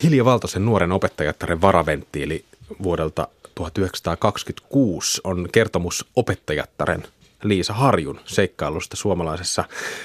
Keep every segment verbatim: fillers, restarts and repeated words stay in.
Hilja Valtosen Nuoren opettajattaren varaventtiili vuodelta tuhatyhdeksänsataakaksikymmentäkuusi on kertomus opettajattaren Liisa Harjun seikkailusta suomalaisessa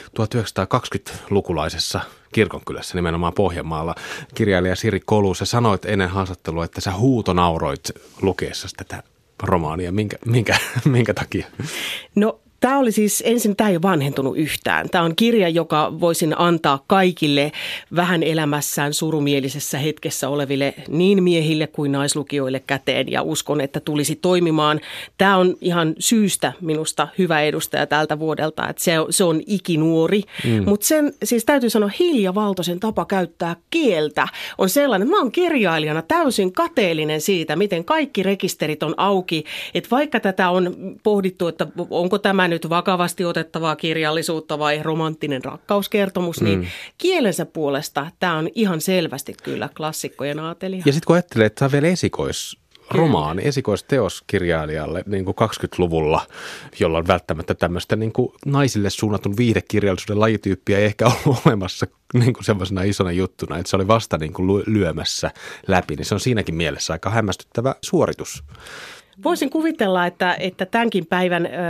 tuhatyhdeksänsataakaksikymmentälukulaisessa kirkonkylässä, nimenomaan Pohjanmaalla. Kirjailija Siri Kolu, sä sanoit ennen haastattelua, että sä huutonauroit lukeessasi tätä romaania. Minkä, minkä, minkä takia? No tämä oli siis, ensin tämä ei ole vanhentunut yhtään. Tämä on kirja, joka voisin antaa kaikille vähän elämässään surumielisessä hetkessä oleville niin miehille kuin naislukijoille käteen ja uskon, että tulisi toimimaan. Tämä on ihan syystä minusta hyvä edustaja tältä vuodelta, että se, se on ikinuori, mm. mutta sen siis täytyy sanoa Hilja Valtosen tapa käyttää kieltä on sellainen, mä oon kirjailijana täysin kateellinen siitä, miten kaikki rekisterit on auki, että vaikka tätä on pohdittu, että onko tämä nyt vakavasti otettavaa kirjallisuutta vai romanttinen rakkauskertomus, niin mm. kielensä puolesta tämä on ihan selvästi kyllä klassikkojen aatelija. Ja sitten kun ajattelee, että tämä on vielä esikoisromaani, esikoisteos kirjailijalle niin kuin kaksikymmentäluvulla, jolla on välttämättä tämmöistä niin kuin naisille suunnatun viihdekirjallisuuden lajityyppiä ei ehkä ollut olemassa niin kuin semmoisena isona juttuna, että se oli vasta niin kuin lyömässä läpi, niin se on siinäkin mielessä aika hämmästyttävä suoritus. Voisin kuvitella, että, että tämänkin päivän Ö,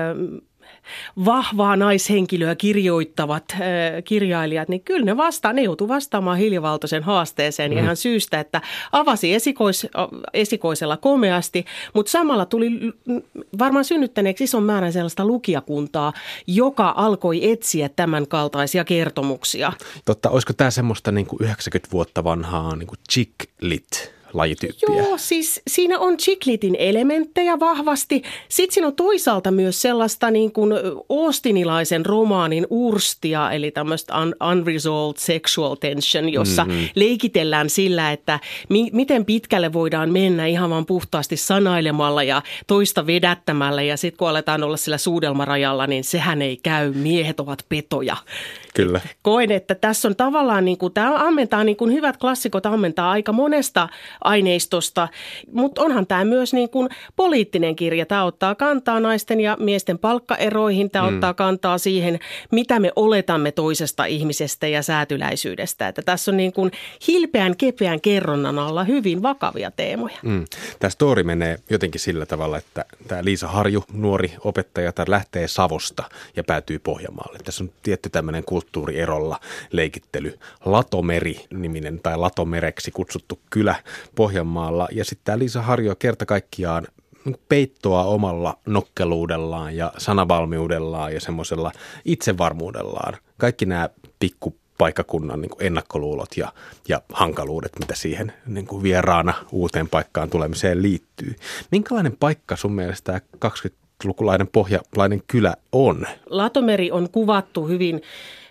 vahvaa naishenkilöä kirjoittavat äh, kirjailijat, niin kyllä ne vastaa, ne joutuu vastaamaan Hilja Valtosen haasteeseen mm. ihan syystä, että avasi esikois, esikoisella komeasti, mutta samalla tuli varmaan synnyttäneeksi ison määrän sellaista lukijakuntaa, joka alkoi etsiä tämän kaltaisia kertomuksia. Totta, olisiko tämä semmoista niin kuin yhdeksänkymmentä vuotta vanhaa niin kuin chick lit lajityyppiä? Joo, siis siinä on chicklitin elementtejä vahvasti. Sitten siinä on toisaalta myös sellaista niin kuin austinilaisen romaanin urstia, eli tämmöistä un- unresolved sexual tension, jossa mm-hmm. leikitellään sillä, että mi- miten pitkälle voidaan mennä ihan vaan puhtaasti sanailemalla ja toista vedättämällä. Ja sitten kun aletaan olla sillä suudelmarajalla, niin sehän ei käy. Miehet ovat petoja. Kyllä. Koen, että tässä on tavallaan, niin kuin, tämä ammentaa, niin kuin hyvät klassikot ammentaa aika monesta aineistosta, mutta onhan tämä myös niin kuin poliittinen kirja. Tämä ottaa kantaa naisten ja miesten palkkaeroihin, tämä mm. ottaa kantaa siihen, mitä me oletamme toisesta ihmisestä ja säätyläisyydestä. Että tässä on niin kuin hilpeän, kepeän kerronnan alla hyvin vakavia teemoja. Mm. Tämä story menee jotenkin sillä tavalla, että tämä Liisa Harju, nuori opettaja, lähtee Savosta ja päätyy Pohjanmaalle. Tässä on tietty tämmöinen kulttuurierolla leikittely. Latomeri-niminen tai Latomereksi kutsuttu kylä Pohjanmaalla. Ja sitten tämä Liisa Harju kerta kaikkiaan peittoa omalla nokkeluudellaan ja sanavalmiudellaan ja semmoisella itsevarmuudellaan. Kaikki nämä pikkupaikkakunnan niin kuin ennakkoluulot ja, ja hankaluudet, mitä siihen niin kuin vieraana uuteen paikkaan tulemiseen liittyy. Minkälainen paikka sun mielestä tämä kaksikymmentälukulainen pohjalainen kylä on? Latomeri on kuvattu hyvin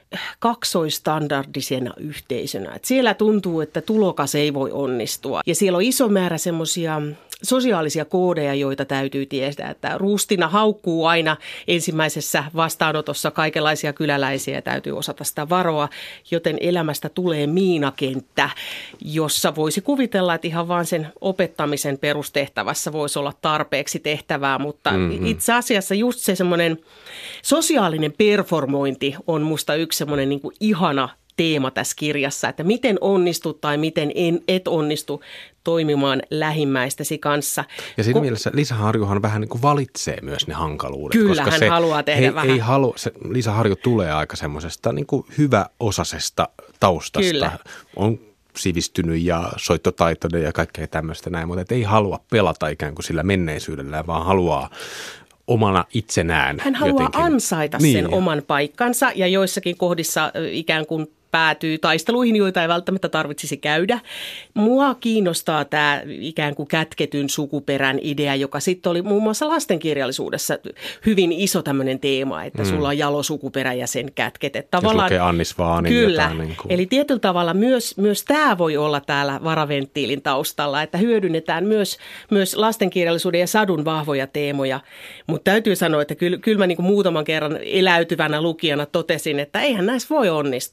kaksoistandardisena yhteisönä. Et siellä tuntuu, että tulokas ei voi onnistua. Ja siellä on iso määrä semmoisia sosiaalisia koodeja, joita täytyy tietää. Että Ruustina haukkuu aina ensimmäisessä vastaanotossa kaikenlaisia kyläläisiä ja täytyy osata sitä varoa, joten elämästä tulee miinakenttä, jossa voisi kuvitella, että ihan vaan sen opettamisen perustehtävässä voisi olla tarpeeksi tehtävää, mutta mm-hmm. itse asiassa just se semmoinen sosiaalinen performointi on musta yksi semmoinen niin kuin ihana teema tässä kirjassa, että miten onnistut tai miten en, et onnistu toimimaan lähimmäistäsi kanssa. Ja siinä Kun, mielessä Liisa Harjuhan vähän niin kuin valitsee myös ne hankaluudet. Kyllä, koska hän se, haluaa tehdä he, vähän. Ei halua, se, Liisa Harju tulee aika semmoisesta niin kuin hyväosaisesta taustasta. Kyllä. On sivistynyt ja soittotaitoinen ja kaikkea tämmöistä näin, mutta ei halua pelata ikään kuin sillä menneisyydellä, vaan haluaa omana itsenään. Hän haluaa jotenkin ansaita niin, sen oman paikkansa ja joissakin kohdissa ikään kuin päätyy taisteluihin, joita ei välttämättä tarvitsisi käydä. Mua kiinnostaa tämä ikään kuin kätketyn sukuperän idea, joka sitten oli muun muassa lastenkirjallisuudessa hyvin iso tämmöinen teema, että mm. sulla on jalo sukuperä ja sen kätket. Että tavallaan, jos lukee Annis Vaanin kyllä, jotain. Niin kuin. Eli tietyllä tavalla myös, myös tämä voi olla täällä varaventtiilin taustalla, että hyödynnetään myös, myös lastenkirjallisuuden ja sadun vahvoja teemoja. Mutta täytyy sanoa, että kyllä, kyllä mä niin kuin muutaman kerran eläytyvänä lukijana totesin, että eihän näissä voi onnistua. Tämä on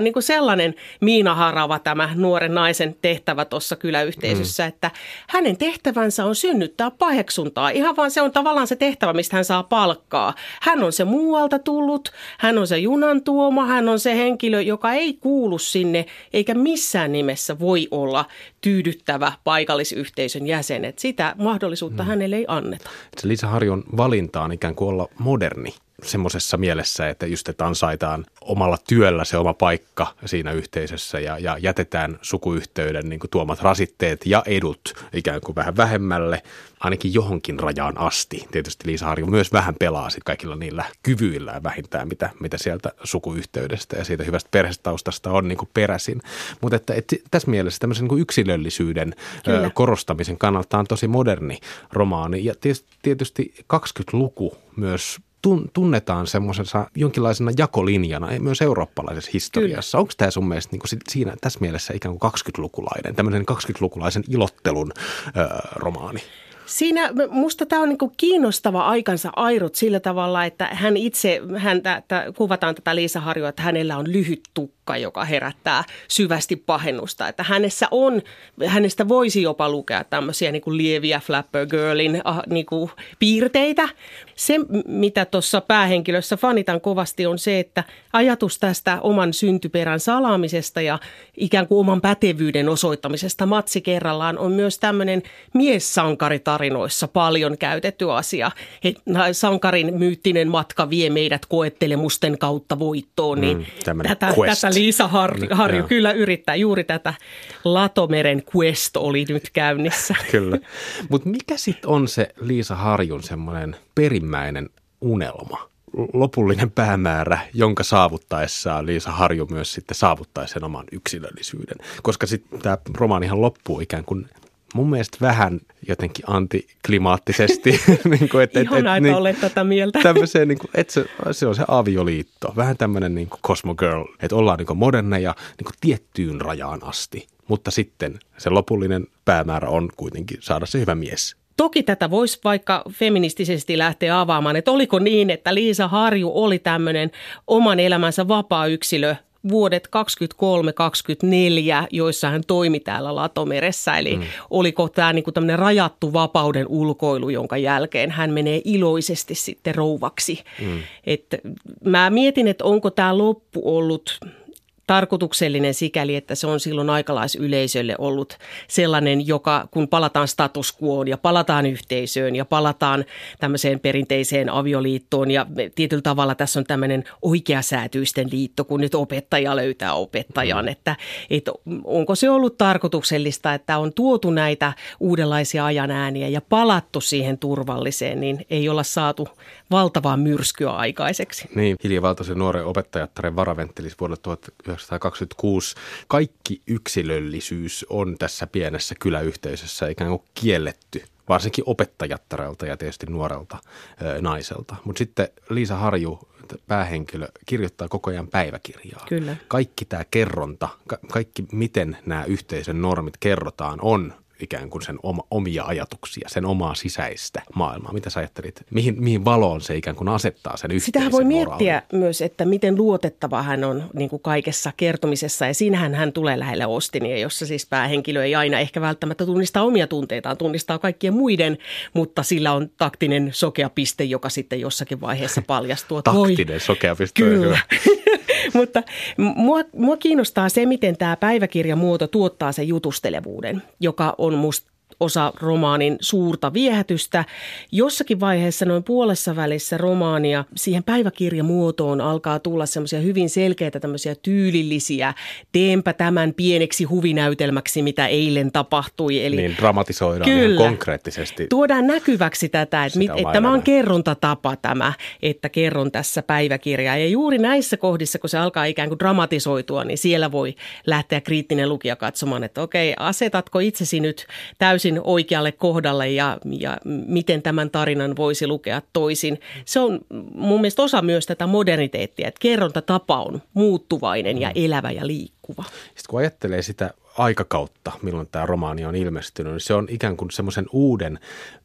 niin kuin sellainen miinaharava tämä nuoren naisen tehtävä tuossa kyläyhteisössä, mm. että hänen tehtävänsä on synnyttää paheksuntaa. Ihan vaan se on tavallaan se tehtävä, mistä hän saa palkkaa. Hän on se muualta tullut, hän on se junan tuoma, hän on se henkilö, joka ei kuulu sinne eikä missään nimessä voi olla tyydyttävä paikallisyhteisön jäsen. Että sitä mahdollisuutta mm. hänelle ei anneta. Se Liisa Harjun valinta on ikään kuin olla moderni semmoisessa mielessä, että just että ansaitaan omalla työllä se oma paikka siinä yhteisössä ja, ja jätetään sukuyhteyden niin kuin tuomat rasitteet ja edut ikään kuin vähän vähemmälle, ainakin johonkin rajaan asti. Tietysti Liisa Harju myös vähän pelaa sit kaikilla niillä kyvyillään vähintään, mitä, mitä sieltä sukuyhteydestä ja siitä hyvästä perhetaustasta on niin kuin peräisin. Mutta että, että tässä mielessä tämmöisen niin kuin yksilöllisyyden ö, korostamisen kannalta on tosi moderni romaani ja tietysti kaksikymmentäluku myös tunnetaan semmoisena jonkinlaisena jakolinjana myös eurooppalaisessa historiassa. Kyllä. Onko tämä sun mielestä niin kuin siinä, tässä mielessä ikään kuin kaksikymmentälukulainen, tämmöinen kaksikymmentälukulaisen ilottelun ö, romaani? Siinä musta tämä on niin kuin kiinnostava aikansa airut sillä tavalla, että hän itse, häntä, että kuvataan tätä Liisa Harjua, että hänellä on lyhyt tukka, joka herättää syvästi pahennusta. Että hänessä on, hänestä voisi jopa lukea tämmöisiä niin kuin lieviä Flapper Girlin äh, niin kuin piirteitä. Se, mitä tuossa päähenkilössä fanitan kovasti, on se, että ajatus tästä oman syntyperän salaamisesta ja ikään kuin oman pätevyyden osoittamisesta matsi kerrallaan on myös tämmöinen miessankaritarinoissa paljon käytetty asia. Että sankarin myyttinen matka vie meidät koettelemusten kautta voittoon, niin mm, tätä, tätä Liisa Harju, Harju mm, kyllä yrittää. Juuri tätä Latomeren quest oli nyt käynnissä. Kyllä. Mutta mikä sitten on se Liisa Harjun semmoinen perimmäinen unelma? Lopullinen päämäärä, jonka saavuttaessaan Liisa Harju myös sitten saavuttaisi sen oman yksilöllisyyden. Koska sitten tämä romaanihan loppuu ikään kuin mun mielestä vähän jotenkin antiklimaattisesti. niin kuin, et, et, Ihanaa, et, että olet tätä mieltä. Tämmöiseen, niin kuin, että se, se on se avioliitto. Vähän tämmöinen niin kuin Cosmo Girl, että ollaan niin kuin moderneja niin kuin tiettyyn rajaan asti. Mutta sitten se lopullinen päämäärä on kuitenkin saada se hyvä mies. Toki tätä voisi vaikka feministisesti lähteä avaamaan, että oliko niin, että Liisa Harju oli tämmöinen oman elämänsä vapaa yksilö vuodet kaksikymmentäkolme kaksikymmentäneljä, joissa hän toimi täällä Latomeressä. Eli mm. oliko tämä niinku tämmöinen rajattu vapauden ulkoilu, jonka jälkeen hän menee iloisesti sitten rouvaksi. Mm. Et mä mietin, että onko tämä loppu ollut tarkoituksellinen sikäli, että se on silloin aikalaisyleisölle ollut sellainen, joka kun palataan status quoon ja palataan yhteisöön ja palataan tämmöiseen perinteiseen avioliittoon ja tietyllä tavalla tässä on tämmöinen oikeasäätyisten liitto, kun nyt opettaja löytää opettajan, mm. että, että onko se ollut tarkoituksellista, että on tuotu näitä uudenlaisia ajanääniä ja palattu siihen turvalliseen, niin ei olla saatu valtavaa myrskyä aikaiseksi. Niin, Hilja Valtosen nuoren opettajattaren varaventtilis vuonna tuhatyhdeksänsataakaksikymmentäkuusi. Kaikki yksilöllisyys on tässä pienessä kyläyhteisössä ikään kuin kielletty, varsinkin opettajattarelta ja tietysti nuorelta ö, naiselta. Mutta sitten Liisa Harju, päähenkilö, kirjoittaa koko ajan päiväkirjaa. Kyllä. Kaikki tämä kerronta, ka- kaikki miten nämä yhteisön normit kerrotaan on ikään kuin sen oma, omia ajatuksia, sen omaa sisäistä maailmaa. Mitä sä ajattelit? Mihin, mihin valoon se ikään kuin asettaa sen yhteisen Sitähän voi moraalin? miettiä myös, että miten luotettava hän on niin kuin kaikessa kertomisessa. Ja siinähän hän tulee lähelle Austinia, jossa siis päähenkilö ei aina ehkä välttämättä tunnista omia tunteitaan, tunnistaa kaikkien muiden, mutta sillä on taktinen sokea piste, joka sitten jossakin vaiheessa paljastuu. Taktinen sokea piste. Kyllä. Mutta mua, mua kiinnostaa se, miten tämä päiväkirjamuoto tuottaa sen jutustelevuuden, joka on musta osa romaanin suurta viehätystä. Jossakin vaiheessa noin puolessa välissä romaania siihen päiväkirjamuotoon alkaa tulla semmoisia hyvin selkeitä tämmöisiä tyylillisiä, teenpä tämän pieneksi huvinäytelmäksi, mitä eilen tapahtui. Eli niin dramatisoidaan ihan konkreettisesti. Tuodaan näkyväksi tätä, että, mit, että tämä on kerrontatapa tämä, että kerron tässä päiväkirjaa. Ja juuri näissä kohdissa, kun se alkaa ikään kuin dramatisoitua, niin siellä voi lähteä kriittinen lukija katsomaan, että okei, asetatko itsesi nyt täysin oikealle kohdalle ja, ja miten tämän tarinan voisi lukea toisin. Se on mun mielestä osa myös tätä moderniteettia, että kerrontatapa on muuttuvainen ja elävä ja liikkuva. Sitten kun ajattelee sitä aikakautta, milloin tämä romaani on ilmestynyt, niin se on ikään kuin semmoisen uuden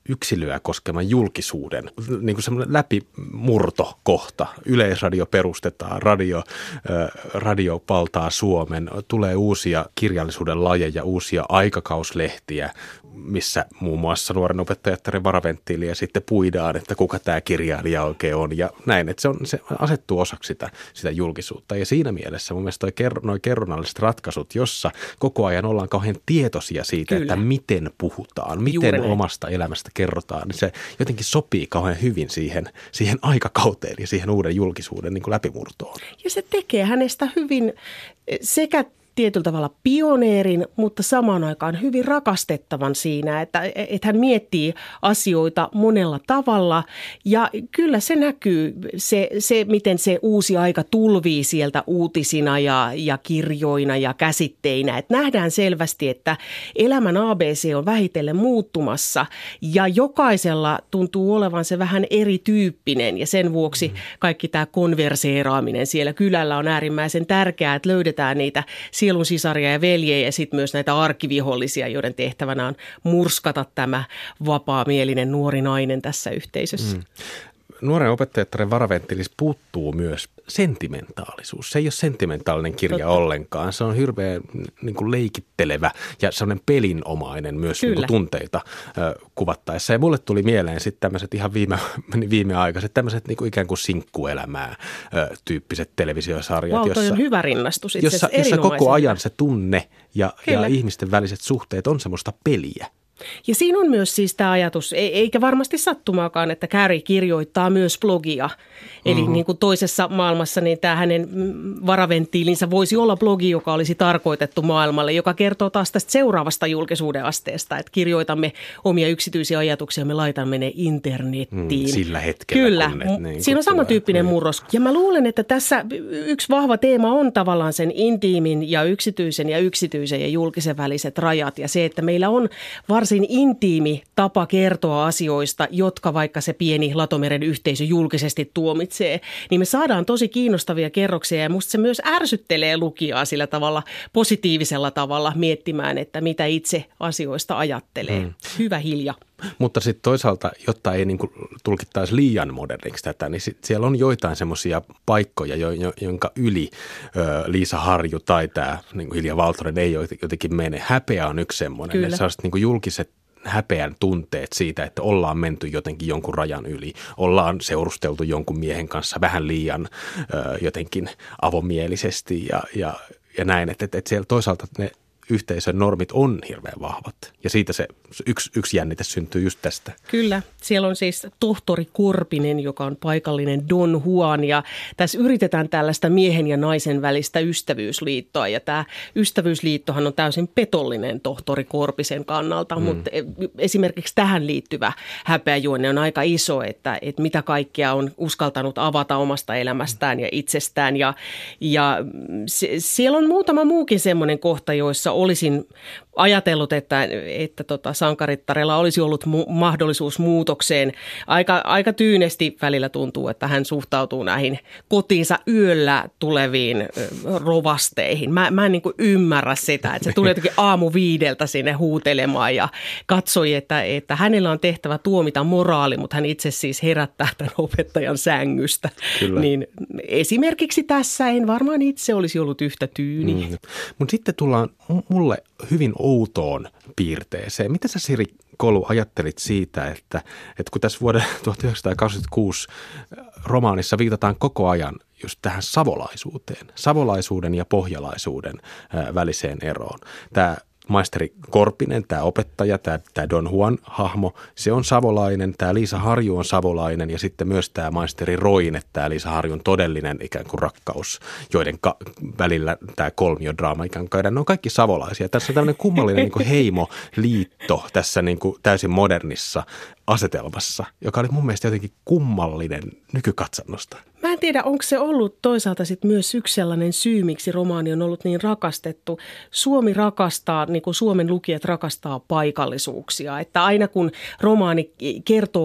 yksilöä koskevan julkisuuden niin kuin semmoinen läpimurtokohta. Yleisradio perustetaan, radio, äh, radio valtaa Suomen, tulee uusia kirjallisuuden lajeja, uusia aikakauslehtiä, missä muun muassa nuoren opettajattaren varaventtiili ja sitten puidaan, että kuka tämä kirjailija oikein on ja näin, että se, on, se asettuu osaksi sitä, sitä julkisuutta. Ja siinä mielessä mun mielestä nuo kerronnalliset ratkaisut, jossa koko ajan ollaan kauhean tietoisia siitä, Kyllä. että miten puhutaan, miten omasta elämästä kerrotaan, niin se jotenkin sopii kauhean hyvin siihen, siihen aikakauteen ja siihen uuden julkisuuden niin kuin läpimurtoon. Ja se tekee hänestä hyvin sekä tietyllä tavalla pioneerin, mutta samaan aikaan hyvin rakastettavan siinä, että, että hän miettii asioita monella tavalla. Ja kyllä se näkyy, se, se miten se uusi aika tulvii sieltä uutisina ja, ja kirjoina ja käsitteinä. Että nähdään selvästi, että elämän A B C on vähitellen muuttumassa ja jokaisella tuntuu olevan se vähän erityyppinen. Ja sen vuoksi kaikki tämä konverseeraaminen siellä kylällä on äärimmäisen tärkeää, että löydetään niitä sielun sisaria ja veljejä ja sitten myös näitä arkivihollisia, joiden tehtävänä on murskata tämä vapaamielinen nuori nainen tässä yhteisössä. Mm. Nuoren opettajattaren varaventtiilissä puuttuu myös sentimentaalisuus. Se ei ole sentimentaalinen kirja Totta. ollenkaan. Se on hirveän niin kuin leikittelevä ja sellainen pelinomainen myös niin kuin tunteita ö, kuvattaessa. Ja mulle tuli mieleen sitten tämmöiset ihan viime, viimeaikaiset tämmöiset niin kuin ikään kuin sinkkuelämää ö, tyyppiset televisiosarjat. Wow, jossa, on hyvä rinnastus itse jossa, jossa koko ajan se tunne ja, ja ihmisten väliset suhteet on semmoista peliä. Ja siinä on myös siis tämä ajatus, eikä varmasti sattumaakaan, että Carey kirjoittaa myös blogia. Eli mm-hmm. niin kuin toisessa maailmassa niin tämä hänen varaventtiilinsä voisi olla blogi, joka olisi tarkoitettu maailmalle, joka kertoo taas tästä seuraavasta julkisuuden asteesta, että kirjoitamme omia yksityisiä ajatuksia, me laitamme ne internettiin. Mm, sillä hetkellä. Kyllä, niin siinä on samantyyppinen murros. Ja mä luulen, että tässä yksi vahva teema on tavallaan sen intiimin ja yksityisen ja yksityisen ja julkisen väliset rajat ja se, että meillä on varsin intiimi tapa kertoa asioista, jotka vaikka se pieni Latomeren yhteisö julkisesti tuomitsee, niin me saadaan tosi kiinnostavia kerroksia ja musta se myös ärsyttelee lukijaa sillä tavalla positiivisella tavalla miettimään, että mitä itse asioista ajattelee. Hmm. Hyvä hilja. Mutta sitten toisaalta, jotta ei niinku tulkittaisi liian moderniksi tätä, niin sit siellä on joitain semmoisia paikkoja, jo, jo, jonka yli ö, Liisa Harju tai tämä niinku Hilja Valtonen ei jotenkin mene. Häpeä on yksi semmoinen. Kyllä. Sellaiset niinku julkiset häpeän tunteet siitä, että ollaan menty jotenkin jonkun rajan yli. Ollaan seurusteltu jonkun miehen kanssa vähän liian ö, jotenkin avomielisesti ja, ja, ja näin. Että et, et siellä toisaalta ne yhteisön normit on hirveän vahvat. Ja siitä se yksi, yksi jännite syntyy just tästä. Kyllä. Siellä on siis tohtori Korpinen, joka on paikallinen Don Juan. Ja tässä yritetään tällaista miehen ja naisen välistä ystävyysliittoa. Ja tämä ystävyysliittohan on täysin petollinen tohtori Korpisen kannalta. Mm. Mutta esimerkiksi tähän liittyvä häpeäjuonne on aika iso, että, että mitä kaikkea on uskaltanut avata omasta elämästään ja itsestään. Ja, ja se, siellä on muutama muukin semmoinen kohta, joissa olisin ajatellut, että, että tota sankarittarella olisi ollut mu- mahdollisuus muutokseen. Aika, aika tyynesti välillä tuntuu, että hän suhtautuu näihin kotiinsa yöllä tuleviin ö, rovasteihin. Mä, mä en niin kuin ymmärrä sitä, että se tuli jotenkin aamu viideltä sinne huutelemaan ja katsoi, että, että hänellä on tehtävä tuomita moraali, mutta hän itse siis herättää tämän opettajan sängystä. Kyllä. Niin esimerkiksi tässä en varmaan itse olisi ollut yhtä tyyni. Mm. Mutta sitten tullaan mulle hyvin outoon piirteeseen. Mitä sä, Siri Kolu, ajattelit siitä, että, että kun tässä vuoden tuhatyhdeksänsataakaksikymmentäkuusi romaanissa viitataan koko ajan just tähän savolaisuuteen, savolaisuuden ja pohjalaisuuden väliseen eroon. Tämä maisteri Korpinen, tämä opettaja, tämä, tämä Don Juan hahmo, se on savolainen, tämä Liisa Harju on savolainen ja sitten myös tämä maisteri Roine, tämä Liisa Harjun todellinen ikään kuin rakkaus, joiden ka- välillä tämä kolmiodraama ikään kuin käydään, ne on kaikki savolaisia. Tässä on tämmöinen kummallinen niin kuin heimoliitto tässä niin kuin täysin modernissa asetelmassa, joka oli mun mielestä jotenkin kummallinen nykykatsannosta. Mä en tiedä, onko se ollut toisaalta sit myös yksi sellainen syy, miksi romaani on ollut niin rakastettu. Suomi rakastaa, niin kuin Suomen lukijat rakastaa paikallisuuksia, että aina kun romaani kertoo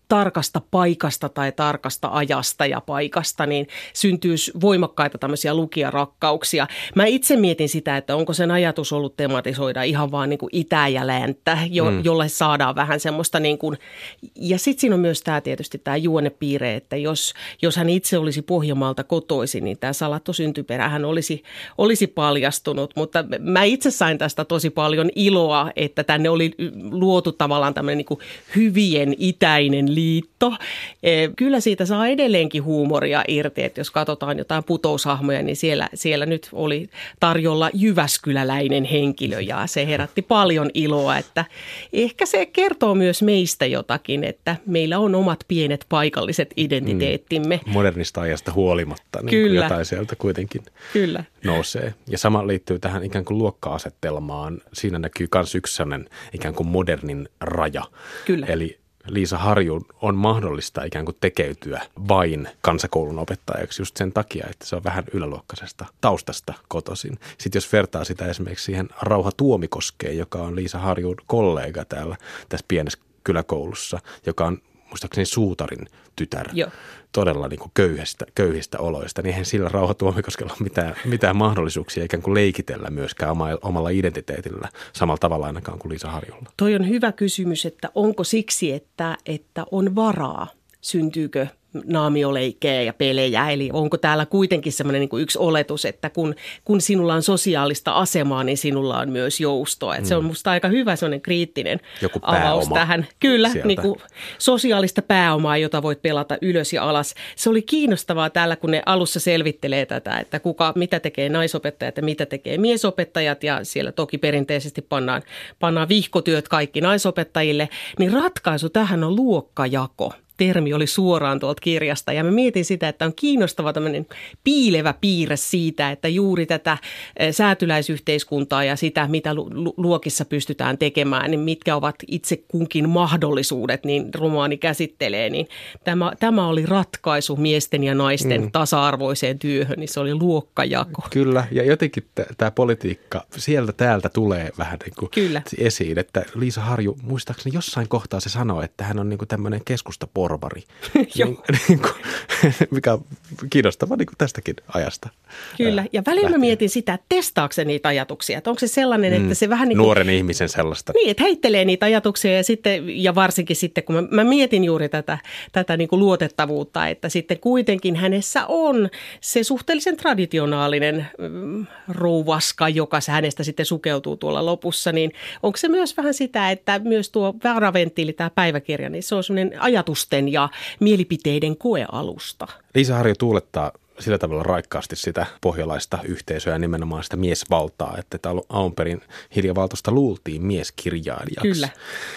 tarkasta paikasta tai tarkasta ajasta ja paikasta, niin syntyisi voimakkaita tämmöisiä lukijarakkauksia. Mä itse mietin sitä, että onko sen ajatus ollut tematisoida ihan vaan niin kuin itää ja länttä, jo, mm. jolle saadaan vähän semmoista niin kuin, ja sitten siinä on myös tämä tietysti tämä juonepiirre, että jos, jos hän itse olisi Pohjanmaalta kotoisin, niin tämä salattu syntyperähän olisi, olisi paljastunut, mutta mä itse sain tästä tosi paljon iloa, että tänne oli luotu tavallaan tämmöinen niin kuin hyvien itäinen liitto. Kyllä siitä saa edelleenkin huumoria irti, että jos katsotaan jotain putoushahmoja, niin siellä, siellä nyt oli tarjolla jyväskyläläinen henkilö ja se herätti paljon iloa, että ehkä se kertoo myös meistä jotakin, että meillä on omat pienet paikalliset identiteettimme. Mm, modernista ajasta huolimatta, niin Kyllä. jotain sieltä kuitenkin Kyllä. nousee. Ja sama liittyy tähän ikään kuin luokka-asetelmaan. Siinä näkyy myös yksi sellainen ikään kuin modernin raja. Kyllä. Eli Liisa Harjun on mahdollista ikään kuin tekeytyä vain kansakoulun opettajaksi just sen takia, että se on vähän yläluokkaisesta taustasta kotoisin. Sitten jos vertaa sitä esimerkiksi siihen Rauha Tuomikoskeen, joka on Liisa Harjun kollega täällä tässä pienessä kyläkoulussa, joka on muistaakseni suutarin tytär, Joo. todella niin kuin köyhistä, köyhistä oloista, niin eihän sillä Rauha Tuomikoskella ole mitään, mitään mahdollisuuksia ikään kuin leikitellä myöskään omalla identiteetillä samalla tavalla ainakaan kuin Liisa Harjulla. Toi on hyvä kysymys, että onko siksi, että, että on varaa, syntyykö naamioleikkejä ja pelejä, eli onko täällä kuitenkin semmoinen niin kuin yksi oletus, että kun, kun sinulla on sosiaalista asemaa, niin sinulla on myös joustoa. Mm. Se on musta aika hyvä semmoinen kriittinen Joku avaus tähän. Kyllä, niin kuin sosiaalista pääomaa, jota voit pelata ylös ja alas. Se oli kiinnostavaa täällä, kun ne alussa selvittelee tätä, että kuka, mitä tekee naisopettajat ja mitä tekee miesopettajat, ja siellä toki perinteisesti pannaan, pannaan vihkotyöt kaikki naisopettajille, niin ratkaisu tähän on luokkajako. Termi oli suoraan tuolta kirjasta ja mä mietin sitä, että on kiinnostava tämmöinen piilevä piirre siitä, että juuri tätä säätyläisyhteiskuntaa ja sitä, mitä luokissa pystytään tekemään, niin mitkä ovat itse kunkin mahdollisuudet, niin romaani käsittelee, niin tämä, tämä oli ratkaisu miesten ja naisten mm. tasa-arvoiseen työhön, niin se oli luokkajako. Kyllä, ja jotenkin t- tämä politiikka sieltä täältä tulee vähän niin kuin Kyllä. esiin, että Liisa Harju, muistaakseni jossain kohtaa se sanoo, että hän on niin kuin tämmöinen keskustaporvari. niin, niin kuin, mikä on kiinnostava niin kuin tästäkin ajasta. Kyllä, ja välillä lähtien. Mä mietin sitä, että testaako se niitä ajatuksia, että onko se sellainen, että se vähän niin kuin, nuoren ihmisen sellaista. Niin, että heittelee niitä ajatuksia ja, sitten, ja varsinkin sitten, kun mä, mä mietin juuri tätä, tätä niin kuin luotettavuutta, että sitten kuitenkin hänessä on se suhteellisen traditionaalinen mm, rouvaska, joka hänestä sitten sukeutuu tuolla lopussa, niin onko se myös vähän sitä, että myös tuo Vääräventtiili, tämä päiväkirja, niin se on sellainen ajatusten ja mielipiteiden koealusta. Liisa Harju tuulettaa sillä tavalla raikkaasti sitä pohjalaista yhteisöä ja nimenomaan sitä miesvaltaa, että alun perin Hilja Valtosta luultiin mieskirjailijaksi. Kyllä.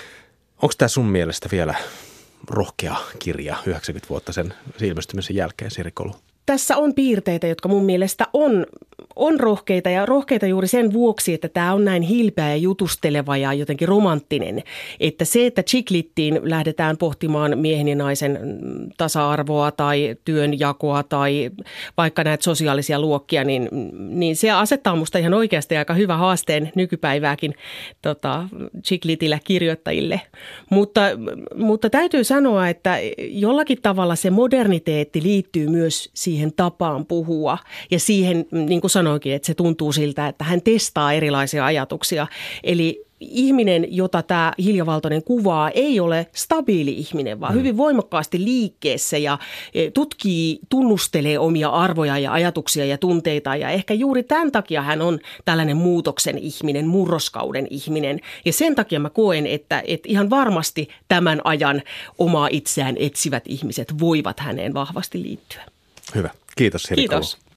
Onko tämä sun mielestä vielä rohkea kirja yhdeksänkymmentä vuotta sen ilmestymisen jälkeen, Siri Kolu? Tässä on piirteitä, jotka mun mielestä on, on rohkeita ja rohkeita juuri sen vuoksi, että tämä on näin hilpeä ja jutusteleva ja jotenkin romanttinen. Että se, että chiklittiin lähdetään pohtimaan miehen ja naisen tasa-arvoa tai työnjakoa tai vaikka näitä sosiaalisia luokkia, niin, niin se asettaa musta ihan oikeasti aika hyvä haasteen nykypäivääkin tota, chiklitillä kirjoittajille. Mutta, mutta täytyy sanoa, että jollakin tavalla se moderniteetti liittyy myös siihen tapaan puhua ja siihen, niin kuin sanoinkin, että se tuntuu siltä, että hän testaa erilaisia ajatuksia. Eli ihminen, jota tämä Hilja Valtonen kuvaa, ei ole stabiili ihminen, vaan mm. hyvin voimakkaasti liikkeessä ja tutkii, tunnustelee omia arvoja ja ajatuksia ja tunteita. Ja ehkä juuri tämän takia hän on tällainen muutoksen ihminen, murroskauden ihminen. Ja sen takia mä koen, että, että ihan varmasti tämän ajan omaa itseään etsivät ihmiset voivat häneen vahvasti liittyä. Hyvä. Kiitos, Siri Kolu. Kiitos.